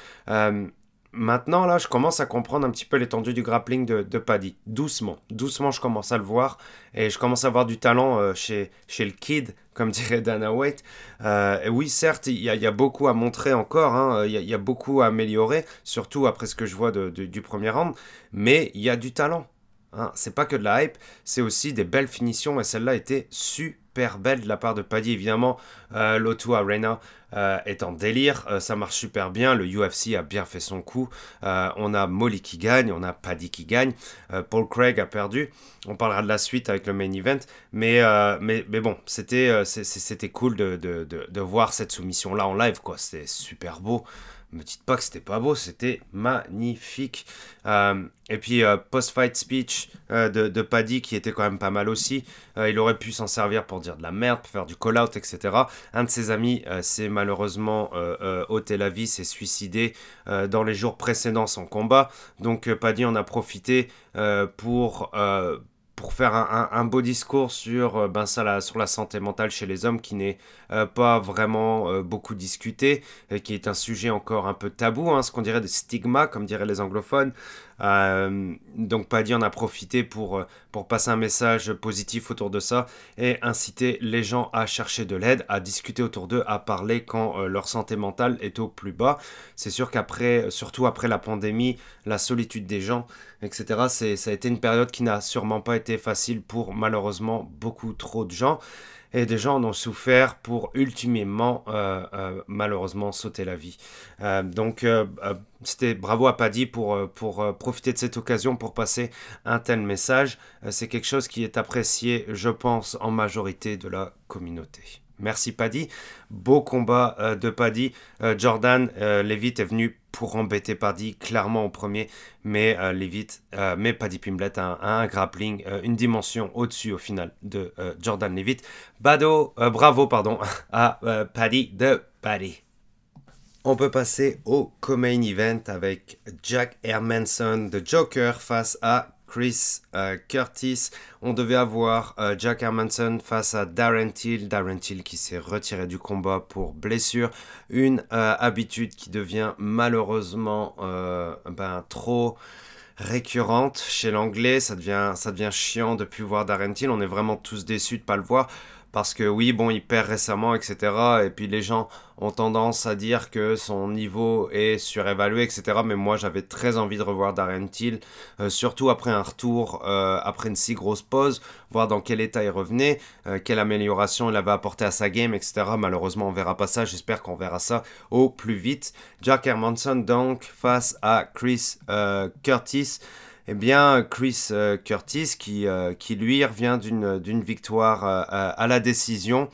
Maintenant, là, je commence à comprendre un petit peu l'étendue du grappling de Paddy. Doucement, doucement, je commence à le voir. Et je commence à voir du talent chez le kid, comme dirait Dana White. Et oui, certes, il y a beaucoup à montrer encore. Hein, il y a beaucoup à améliorer, surtout après ce que je vois du premier round. Mais il y a du talent. Hein, c'est pas que de la hype, c'est aussi des belles finitions. Et celle-là était super belle de la part de Paddy, évidemment. L'O2 Arena est en délire, ça marche super bien, le UFC a bien fait son coup, on a Molly qui gagne, on a Paddy qui gagne, Paul Craig a perdu, on parlera de la suite avec le main event, mais bon, c'était cool de voir cette soumission-là en live, quoi. C'était super beau. Me dites pas que c'était pas beau, c'était magnifique. Et puis post-fight speech de Paddy qui était quand même pas mal aussi. Il aurait pu s'en servir pour dire de la merde, pour faire du call-out, etc. Un de ses amis s'est malheureusement ôté la vie, s'est suicidé dans les jours précédents son combat. Donc Paddy en a profité pour faire un beau discours sur la santé mentale chez les hommes qui n'est pas vraiment beaucoup discuté, qui est un sujet encore un peu tabou, hein, ce qu'on dirait des stigmas, comme diraient les anglophones. Donc Paddy en a profité pour passer un message positif autour de ça et inciter les gens à chercher de l'aide, à discuter autour d'eux, à parler quand leur santé mentale est au plus bas. C'est sûr qu'après, surtout après la pandémie, la solitude des gens, etc., ça a été une période qui n'a sûrement pas été facile pour malheureusement beaucoup trop de gens. Et des gens en ont souffert pour ultimement, malheureusement, sauter la vie. Donc, c'était bravo à Paddy pour profiter de cette occasion pour passer un tel message. C'est quelque chose qui est apprécié, je pense, en majorité de la communauté. Merci Paddy. Beau combat de Paddy. Jordan Leavitt est venu pour embêter Paddy, clairement au premier, mais mais Paddy Pimblett a un grappling, une dimension au-dessus au final de Jordan Leavitt. Bravo à Paddy de Paddy. On peut passer au co-main event avec Jack Hermansson de Joker face à Chris Curtis. On devait avoir Jack Hermansson face à Darren Till qui s'est retiré du combat pour blessure. Une habitude qui devient malheureusement trop récurrente chez l'anglais. Ça devient chiant de plus voir Darren Till. On est vraiment tous déçus de ne pas le voir. Parce que oui, bon, il perd récemment, etc. Et puis les gens ont tendance à dire que son niveau est surévalué, etc. Mais moi, j'avais très envie de revoir Darren Till, surtout après un retour, après une si grosse pause, voir dans quel état il revenait, quelle amélioration il avait apporté à sa game, etc. Malheureusement, on verra pas ça. J'espère qu'on verra ça au plus vite. Jack Hermansson, donc, face à Chris Curtis. Eh bien, Chris Curtis, qui lui revient d'une victoire à la décision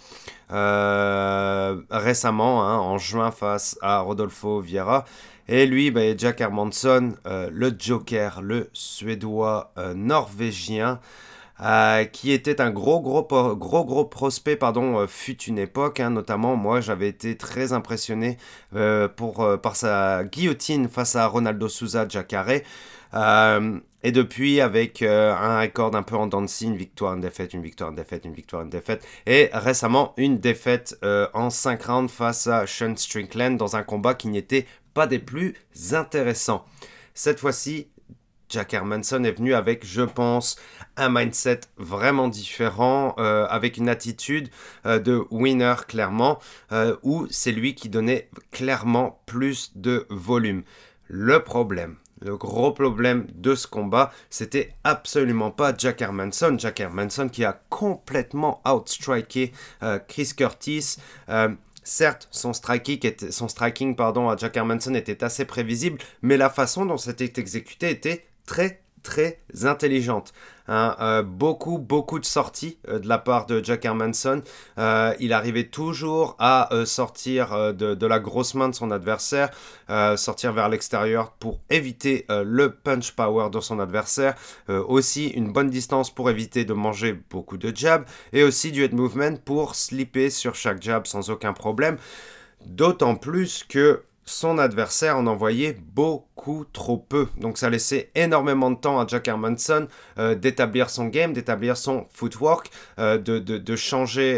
récemment, hein, en juin, face à Rodolfo Vieira. Et lui, Jack Hermansson, le Joker, le Suédois norvégien, qui était un gros prospect, fut une époque, hein, notamment moi j'avais été très impressionné par sa guillotine face à Ronaldo Souza Jacare. Et depuis, avec un record un peu en dancing, une victoire, une défaite, une victoire, une défaite, une victoire, une défaite. Et récemment, une défaite en 5 rounds face à Sean Strickland dans un combat qui n'était pas des plus intéressants. Cette fois-ci, Jack Hermansson est venu avec, je pense, un mindset vraiment différent, avec une attitude de winner clairement, où c'est lui qui donnait clairement plus de volume. Le gros problème de ce combat, c'était absolument pas Jack Hermansson. Jack Hermansson qui a complètement outstriké Chris Curtis. Certes, son striking à Jack Hermansson était assez prévisible, mais la façon dont c'était exécuté était très intelligente. Hein, beaucoup de sorties de la part de Jack Hermansson. Il arrivait toujours à sortir de la grosse main de son adversaire, sortir vers l'extérieur pour éviter le punch power de son adversaire. Aussi une bonne distance pour éviter de manger beaucoup de jabs, et aussi du head movement pour slipper sur chaque jab sans aucun problème. D'autant plus que son adversaire en envoyait beaucoup trop peu. Donc ça laissait énormément de temps à Jack Hermansson d'établir son game, d'établir son footwork, de changer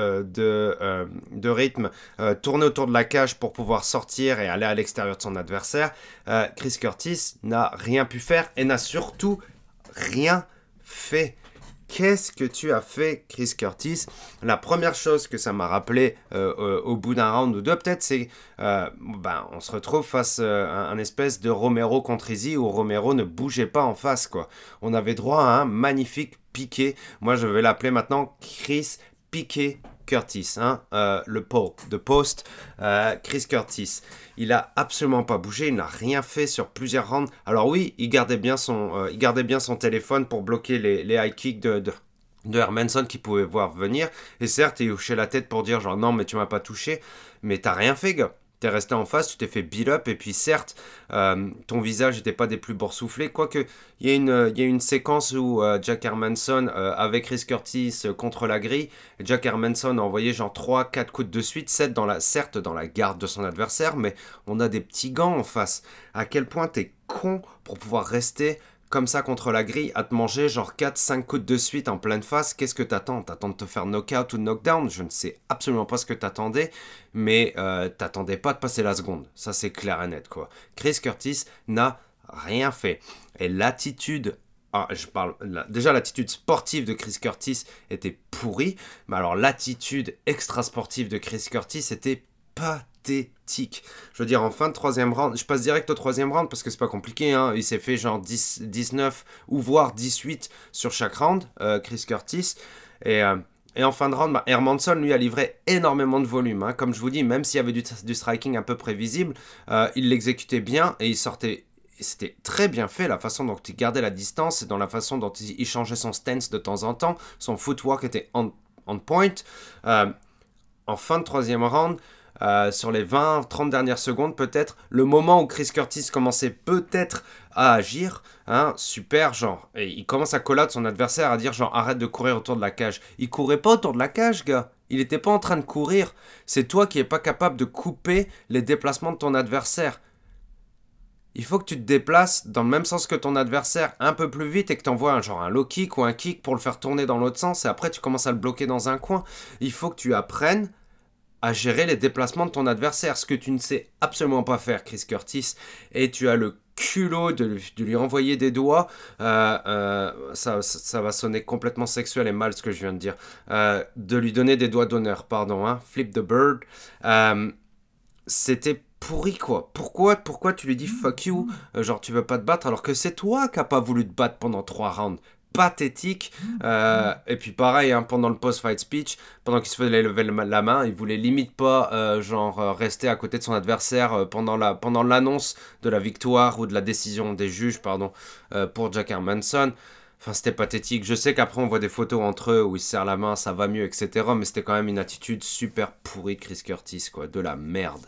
de rythme, tourner autour de la cage pour pouvoir sortir et aller à l'extérieur de son adversaire. Chris Curtis n'a rien pu faire et n'a surtout rien fait. Qu'est-ce que tu as fait, Chris Curtis? La première chose que ça m'a rappelé au bout d'un round ou deux, peut-être, c'est on se retrouve face à un espèce de Romero contre Izzy où Romero ne bougeait pas en face, quoi. On avait droit à un magnifique piqué. Moi, je vais l'appeler maintenant Chris Piqué Curtis, hein, le post, Chris Curtis. Il a absolument pas bougé, il n'a rien fait sur plusieurs rounds. Alors oui, il gardait bien son téléphone pour bloquer les high kicks de Hermansson qui pouvait voir venir. Et certes, il hochait la tête pour dire genre non mais tu m'as pas touché, mais t'as rien fait, gars. T'es resté en face, tu t'es fait beat up, et puis certes, ton visage n'était pas des plus boursouflés, quoique il y a une séquence où Jack Hermansson, avec Chris Curtis contre la grille, Jack Hermansson a envoyé genre 3-4 coups de suite, certes dans la garde de son adversaire, mais on a des petits gants en face. À quel point t'es con pour pouvoir rester comme ça contre la grille, à te manger genre 4-5 coups de suite en pleine face? Qu'est-ce que t'attends? T'attends de te faire knockout ou knockdown? Je ne sais absolument pas ce que t'attendais, mais t'attendais pas de passer la seconde. Ça c'est clair et net, quoi. Chris Curtis n'a rien fait. Et l'attitude... déjà l'attitude sportive de Chris Curtis était pourrie, mais alors l'attitude extra-sportive de Chris Curtis était pathétique. Je veux dire, en fin de troisième round, je passe direct au troisième round parce que c'est pas compliqué, hein. Il s'est fait genre 19 ou voire 18 sur chaque round, Chris Curtis. Et en fin de round, Hermansson, lui, a livré énormément de volume. Hein. Comme je vous dis, même s'il y avait du striking un peu prévisible, il l'exécutait bien et il sortait. C'était très bien fait, la façon dont il gardait la distance et dans la façon dont il changeait son stance de temps en temps. Son footwork était on point. En fin de troisième round, sur les 20-30 dernières secondes peut-être, le moment où Chris Curtis commençait peut-être à agir, hein, super, genre, et il commence à call out son adversaire, à dire genre arrête de courir autour de la cage. Il courait pas autour de la cage, gars. Il était pas en train de courir. C'est toi qui es pas capable de couper les déplacements de ton adversaire. Il faut que tu te déplaces dans le même sens que ton adversaire un peu plus vite et que tu envoies un low kick ou un kick pour le faire tourner dans l'autre sens et après tu commences à le bloquer dans un coin. Il faut que tu apprennes à gérer les déplacements de ton adversaire, ce que tu ne sais absolument pas faire, Chris Curtis, et tu as le culot de lui envoyer des doigts, ça va sonner complètement sexuel et mal ce que je viens de dire, de lui donner des doigts d'honneur, pardon, hein, flip the bird, c'était pourri quoi. Pourquoi tu lui dis fuck you, genre tu veux pas te battre alors que c'est toi qui n'as pas voulu te battre pendant 3 rounds. Pathétique. Et puis pareil, hein, pendant le post-fight speech, pendant qu'il se faisait lever la main, il voulait limite pas rester à côté de son adversaire pendant l'annonce de la victoire ou de la décision des juges pour Jack Hermansson. Enfin, c'était pathétique. Je sais qu'après on voit des photos entre eux où il se serre la main, ça va mieux, etc. Mais c'était quand même une attitude super pourrie de Chris Curtis, quoi, de la merde.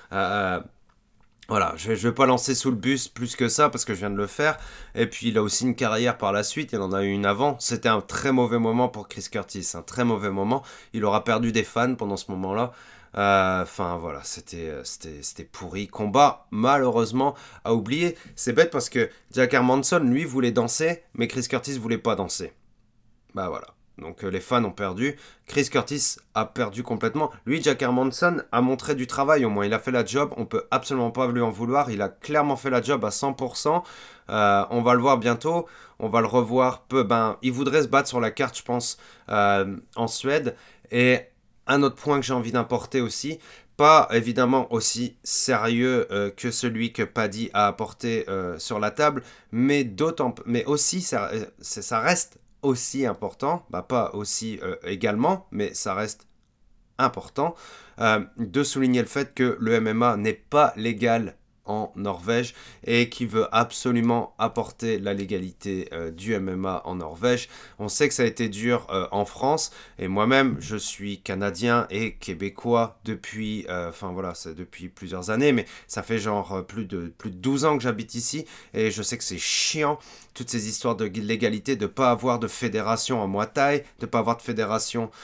Voilà, je vais pas lancer sous le bus plus que ça parce que je viens de le faire. Et puis il a aussi une carrière par la suite, il en a eu une avant. C'était un très mauvais moment pour Chris Curtis, un très mauvais moment. Il aura perdu des fans pendant ce moment-là. Enfin voilà, c'était pourri. Combat, malheureusement, à oublier. C'est bête parce que Jack Hermansson, lui, voulait danser, mais Chris Curtis voulait pas danser. Bah voilà. Donc les fans ont perdu. Chris Curtis a perdu complètement. Lui, Jack Hermansson a montré du travail au moins. Il a fait la job. On peut absolument pas lui en vouloir. Il a clairement fait la job à 100%. On va le voir bientôt. On va le revoir peu. Il voudrait se battre sur la carte, je pense, en Suède. Et un autre point que j'ai envie d'importer aussi, pas évidemment aussi sérieux que celui que Paddy a apporté sur la table, mais aussi ça reste aussi important, pas aussi également, mais ça reste important, de souligner le fait que le MMA n'est pas légal en Norvège et qui veut absolument apporter la légalité du MMA en Norvège. On sait que ça a été dur en France et moi-même je suis canadien et québécois depuis c'est depuis plusieurs années, mais ça fait plus de 12 ans que j'habite ici et je sais que c'est chiant toutes ces histoires de légalité, de pas avoir de fédération en Muay Thai, de pas avoir de fédération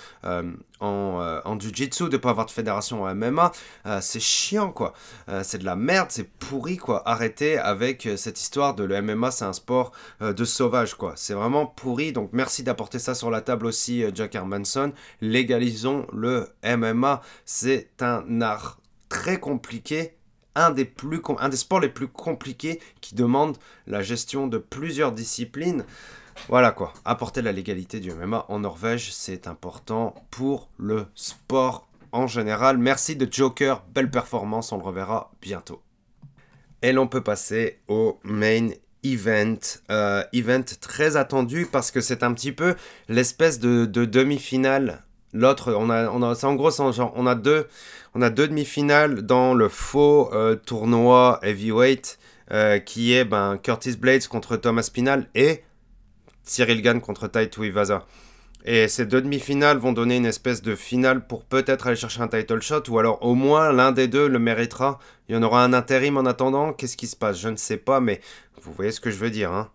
en Jiu-Jitsu, de pas avoir de fédération en MMA, c'est chiant quoi, c'est de la merde, c'est pourri quoi, arrêtez avec cette histoire de le MMA c'est un sport de sauvage quoi, c'est vraiment pourri, donc merci d'apporter ça sur la table aussi Jack Hermansson, légalisons le MMA, c'est un art très compliqué, un des sports les plus compliqués qui demande la gestion de plusieurs disciplines. Voilà quoi, apporter la légalité du MMA en Norvège, c'est important pour le sport en général. Merci de Joker, belle performance, on le reverra bientôt. Et l'on peut passer au main event. Event très attendu parce que c'est un petit peu l'espèce de demi-finale. L'autre, c'est en gros, on a deux demi-finales dans le faux tournoi heavyweight qui est Curtis Blaydes contre Thomas Spinal et Cyril Gane contre Tai Tuivasa. Et ces deux demi-finales vont donner une espèce de finale pour peut-être aller chercher un title shot, ou alors au moins l'un des deux le méritera. Il y en aura un intérim en attendant. Qu'est-ce qui se passe ? Je ne sais pas, mais vous voyez ce que je veux dire. Hein,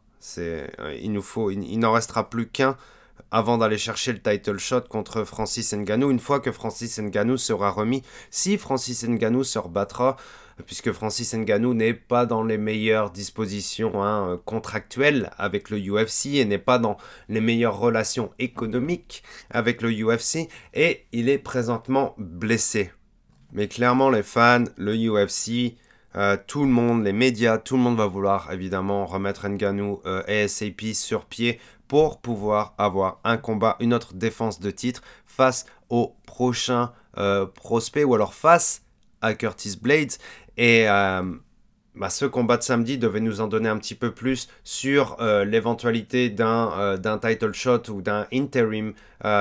il n'en restera plus qu'un avant d'aller chercher le title shot contre Francis Ngannou, une fois que Francis Ngannou sera remis. Si Francis Ngannou se rebattra, puisque Francis Ngannou n'est pas dans les meilleures dispositions contractuelles avec le UFC et n'est pas dans les meilleures relations économiques avec le UFC, et il est présentement blessé. Mais clairement, les fans, le UFC, tout le monde, les médias, tout le monde va vouloir évidemment remettre Ngannou ASAP sur pied pour pouvoir avoir un combat, une autre défense de titre face au prochain prospect ou alors face à Curtis Blaydes. Et ce combat de samedi devait nous en donner un petit peu plus sur l'éventualité d'un title shot ou d'un interim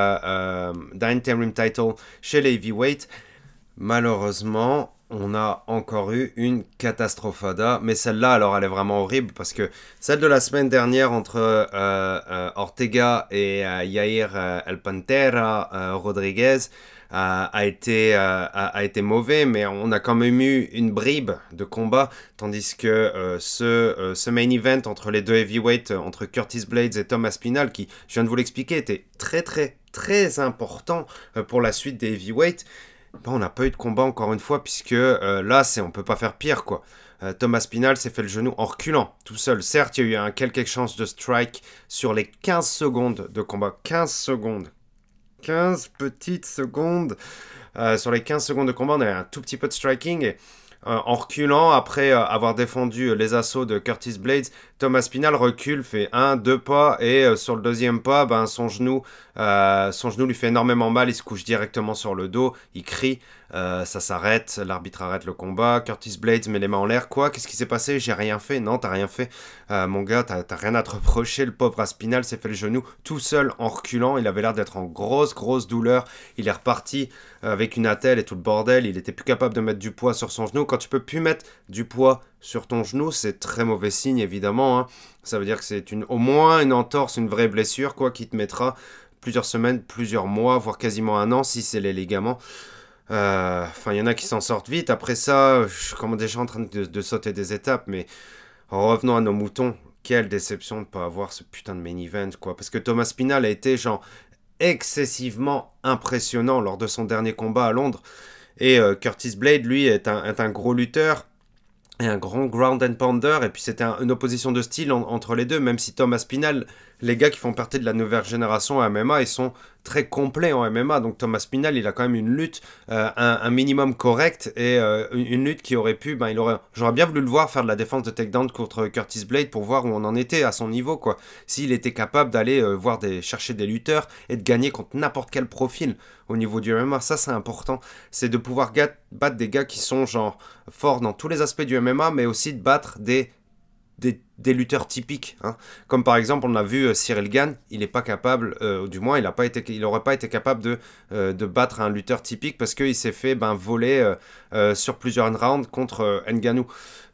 title chez les heavyweight. Malheureusement, on a encore eu une catastrophada, mais celle-là, alors, elle est vraiment horrible parce que celle de la semaine dernière entre Ortega et Yair El Pantera Rodriguez a été mauvais, mais on a quand même eu une bribe de combat, tandis que ce main event entre les deux heavyweights, entre Curtis Blaydes et Thomas Spinal, qui, je viens de vous l'expliquer, était très très très important pour la suite des heavyweights. On n'a pas eu de combat encore une fois, puisque là, on peut pas faire pire, quoi. Thomas Spinal s'est fait le genou en reculant, tout seul. Certes, il y a eu quelques échanges de strike sur les 15 secondes de combat. 15 secondes. 15 petites secondes. Sur les 15 secondes de combat, on a eu un tout petit peu de striking. Et En reculant, après avoir défendu les assauts de Curtis Blades, Thomas Spinal recule, fait 1-2 pas, et sur le deuxième pas, son genou lui fait énormément mal, il se couche directement sur le dos, il crie, ça s'arrête, l'arbitre arrête le combat, Curtis Blades met les mains en l'air, quoi, qu'est-ce qui s'est passé? J'ai rien fait, non, t'as rien fait, mon gars, t'as rien à te reprocher, le pauvre Aspinall s'est fait le genou tout seul en reculant, il avait l'air d'être en grosse douleur, il est reparti avec une attelle et tout le bordel, il était plus capable de mettre du poids sur son genou. Quand tu peux plus mettre du poids sur ton genou, c'est très mauvais signe évidemment, hein. Ça veut dire que c'est au moins une entorse, une vraie blessure, quoi, qui te mettra plusieurs semaines, plusieurs mois, voire quasiment un an si c'est les ligaments. Il y en a qui s'en sortent vite. Après ça, je suis comme déjà en train de sauter des étapes, mais revenons à nos moutons. Quelle déception de ne pas avoir ce putain de main event, quoi. Parce que Thomas Spinal a été genre excessivement impressionnant lors de son dernier combat à Londres. Et Curtis Blade, lui, est un gros lutteur et un grand ground and pounder. Et puis c'était une opposition de style entre les deux, même si Thomas Spinal, les gars qui font partie de la nouvelle génération à MMA, ils sont très complets en MMA. Donc Thomas Spinal, il a quand même une lutte, un minimum correct, et une lutte qui aurait pu, j'aurais bien voulu le voir faire de la défense de takedown contre Curtis Blade pour voir où on en était à son niveau, quoi. S'il était capable d'aller chercher des lutteurs et de gagner contre n'importe quel profil au niveau du MMA, ça c'est important. C'est de pouvoir battre des gars qui sont genre forts dans tous les aspects du MMA, mais aussi de battre des lutteurs typiques, hein. Comme par exemple on a vu Cyril Gane, il n'est pas capable, du moins il n'aurait pas été capable de battre un lutteur typique parce qu'il s'est fait voler sur plusieurs rounds contre Ngannou,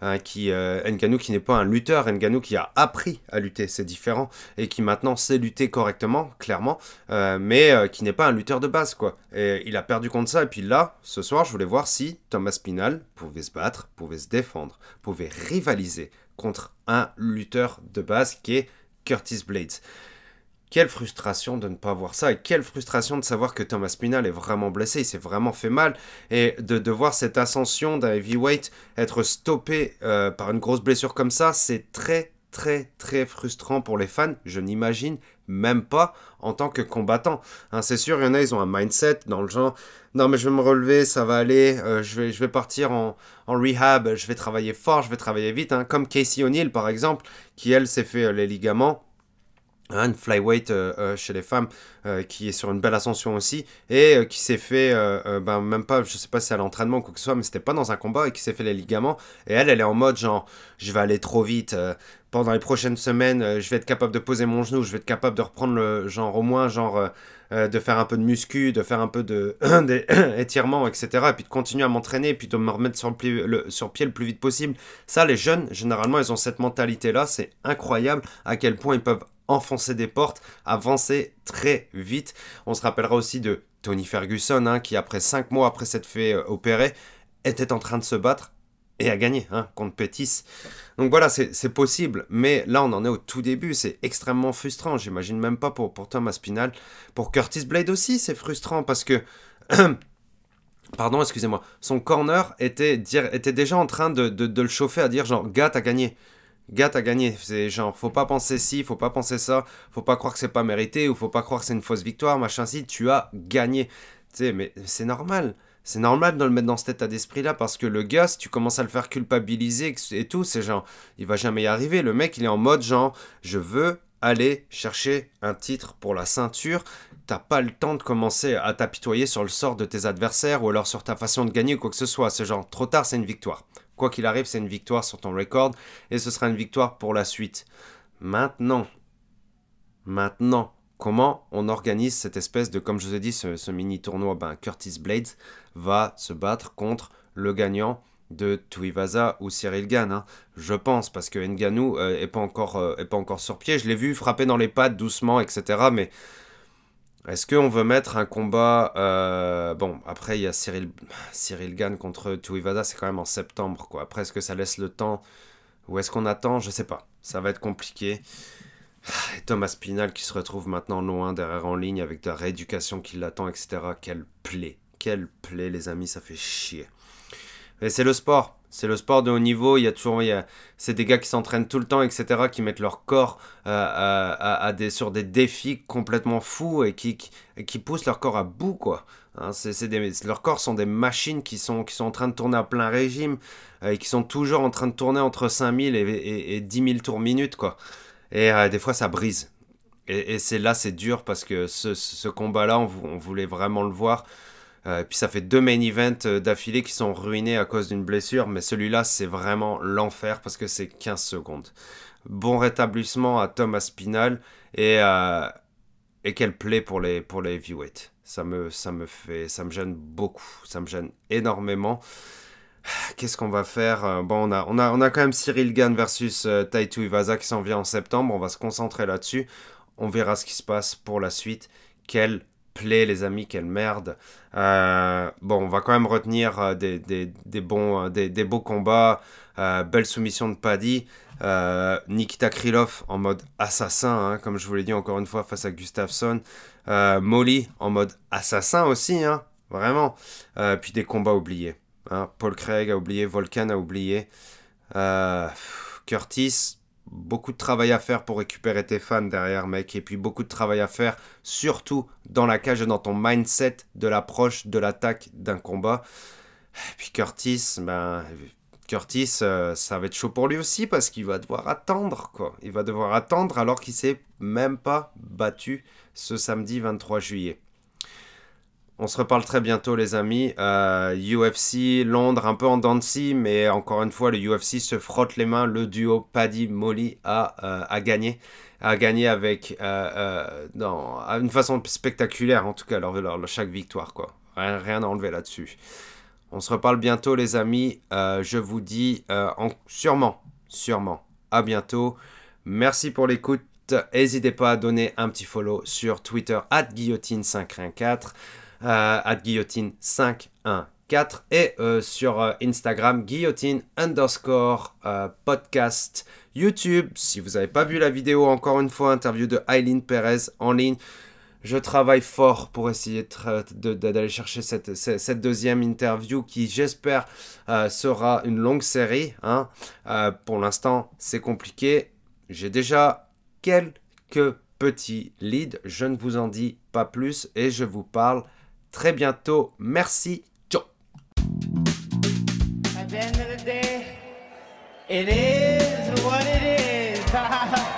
Ngannou qui n'est pas un lutteur, Ngannou qui a appris à lutter, c'est différent, et qui maintenant sait lutter correctement, clairement, mais qui n'est pas un lutteur de base, quoi. Et il a perdu contre ça, et puis là, ce soir, je voulais voir si Thomas Spinal pouvait se battre, pouvait se défendre, pouvait rivaliser contre un lutteur de base qui est Curtis Blades. Quelle frustration de ne pas voir ça, et quelle frustration de savoir que Thomas Spinal est vraiment blessé, il s'est vraiment fait mal, et de voir cette ascension d'un heavyweight être stoppé par une grosse blessure comme ça, c'est très frustrant pour les fans. Je n'imagine même pas en tant que combattant, hein. C'est sûr, il y en a, ils ont un mindset dans le genre non mais je vais me relever, ça va aller, je vais partir en rehab, je vais travailler fort, je vais travailler vite, hein. Comme Casey O'Neill par exemple, qui elle s'est fait les ligaments, une flyweight chez les femmes, qui est sur une belle ascension aussi, et qui s'est fait, même pas, je sais pas si c'est à l'entraînement ou quoi que ce soit, mais c'était pas dans un combat, et qui s'est fait les ligaments, et elle est en mode genre, je vais aller trop vite, pendant les prochaines semaines, je vais être capable de poser mon genou, je vais être capable de reprendre le genre, au moins genre, de faire un peu de muscu, de faire un peu d'étirement, etc., et puis de continuer à m'entraîner, et puis de me remettre sur pied le plus vite possible. Ça, les jeunes, généralement, ils ont cette mentalité-là, c'est incroyable à quel point ils peuvent enfoncer des portes, avancer très vite. On se rappellera aussi de Tony Ferguson, hein, qui après 5 mois après s'être fait opérer, était en train de se battre et a gagné, hein, contre Pettis. Donc voilà, c'est possible, mais là on en est au tout début, c'est extrêmement frustrant, j'imagine même pas pour Thomas Spinal. Pour Curtis Blade aussi, c'est frustrant parce que... Pardon, excusez-moi. Son corner était déjà en train de le chauffer à dire genre, gars, t'as gagné. Gars, t'as gagné. C'est genre, faut pas penser ci, faut pas penser ça, faut pas croire que c'est pas mérité, ou faut pas croire que c'est une fausse victoire, machin si, tu as gagné. Tu sais, mais c'est normal. C'est normal de le mettre dans cet état d'esprit-là, parce que le gars, si tu commences à le faire culpabiliser et tout, c'est genre, il va jamais y arriver. Le mec, il est en mode genre, je veux aller chercher un titre pour la ceinture. T'as pas le temps de commencer à t'apitoyer sur le sort de tes adversaires, ou alors sur ta façon de gagner, ou quoi que ce soit. C'est genre, trop tard, c'est une victoire. Quoi qu'il arrive, c'est une victoire sur ton record, et ce sera une victoire pour la suite. Maintenant, comment on organise cette espèce de, comme je vous ai dit, ce mini-tournoi? Curtis Blades va se battre contre le gagnant de Tuivasa ou Cyril Gane, hein, je pense, parce que Ngannou est pas encore sur pied. Je l'ai vu frapper dans les pattes doucement, etc., mais... Est-ce qu'on veut mettre un combat... après, il y a Cyril Gane contre Tuivasa, c'est quand même en septembre, quoi. Après, est-ce que ça laisse le temps? Ou est-ce qu'on attend? Je sais pas. Ça va être compliqué. Et Thomas Spinal qui se retrouve maintenant loin, derrière en ligne, avec de la rééducation qui l'attend, etc. Quelle plaie, les amis, ça fait chier. Mais c'est le sport. C'est le sport de haut niveau, c'est des gars qui s'entraînent tout le temps, etc., qui mettent leur corps sur des défis complètement fous et qui poussent leur corps à bout, quoi. Hein, leurs corps sont des machines qui sont en train de tourner à plein régime et qui sont toujours en train de tourner entre 5000 et 10 000 tours minute, quoi. Et des fois, ça brise. Et c'est dur parce que ce combat-là, on voulait vraiment le voir. Puis ça fait 2 main events d'affilée qui sont ruinés à cause d'une blessure, mais celui-là c'est vraiment l'enfer parce que c'est 15 secondes. Bon rétablissement à Tom Aspinall et quel play pour les heavyweights. Ça me gêne beaucoup, ça me gêne énormément. Qu'est-ce qu'on va faire? Bon, on a quand même Cyril Gane versus Tai Tuivasa qui s'en vient en septembre, on va se concentrer là-dessus. On verra ce qui se passe pour la suite. Quel play, les amis, quelle merde. Bon, on va quand même retenir des beaux combats. Belle soumission de Paddy. Nikita Krylov en mode assassin, hein, comme je vous l'ai dit encore une fois, face à Gustafsson. Molly en mode assassin aussi, hein, vraiment. Puis des combats oubliés. Hein. Paul Craig a oublié, Volkan a oublié. Curtis... Beaucoup de travail à faire pour récupérer tes fans derrière, mec. Et puis beaucoup de travail à faire, surtout dans la cage et dans ton mindset de l'approche de l'attaque d'un combat. Et puis Curtis, ça va être chaud pour lui aussi parce qu'il va devoir attendre, quoi. Il va devoir attendre alors qu'il s'est même pas battu ce samedi 23 juillet. On se reparle très bientôt, les amis. UFC, Londres, un peu en dents de scie, mais encore une fois, le UFC se frotte les mains. Le duo Paddy-Molly a gagné. A gagné avec une façon spectaculaire, en tout cas, chaque victoire, quoi. Rien à enlever là-dessus. On se reparle bientôt, les amis. Je vous dis sûrement, à bientôt. Merci pour l'écoute. N'hésitez pas à donner un petit follow sur Twitter @guillotine514. @guillotine514 et sur Instagram guillotine_podcast. YouTube, si vous n'avez pas vu la vidéo, encore une fois, interview de Aileen Perez en ligne. Je travaille fort pour essayer d'aller chercher cette deuxième interview qui, j'espère, sera une longue série. Hein. Pour l'instant, c'est compliqué. J'ai déjà quelques petits leads. Je ne vous en dis pas plus et je vous parle très bientôt. Merci. Ciao. At the end of the day, it is what it is.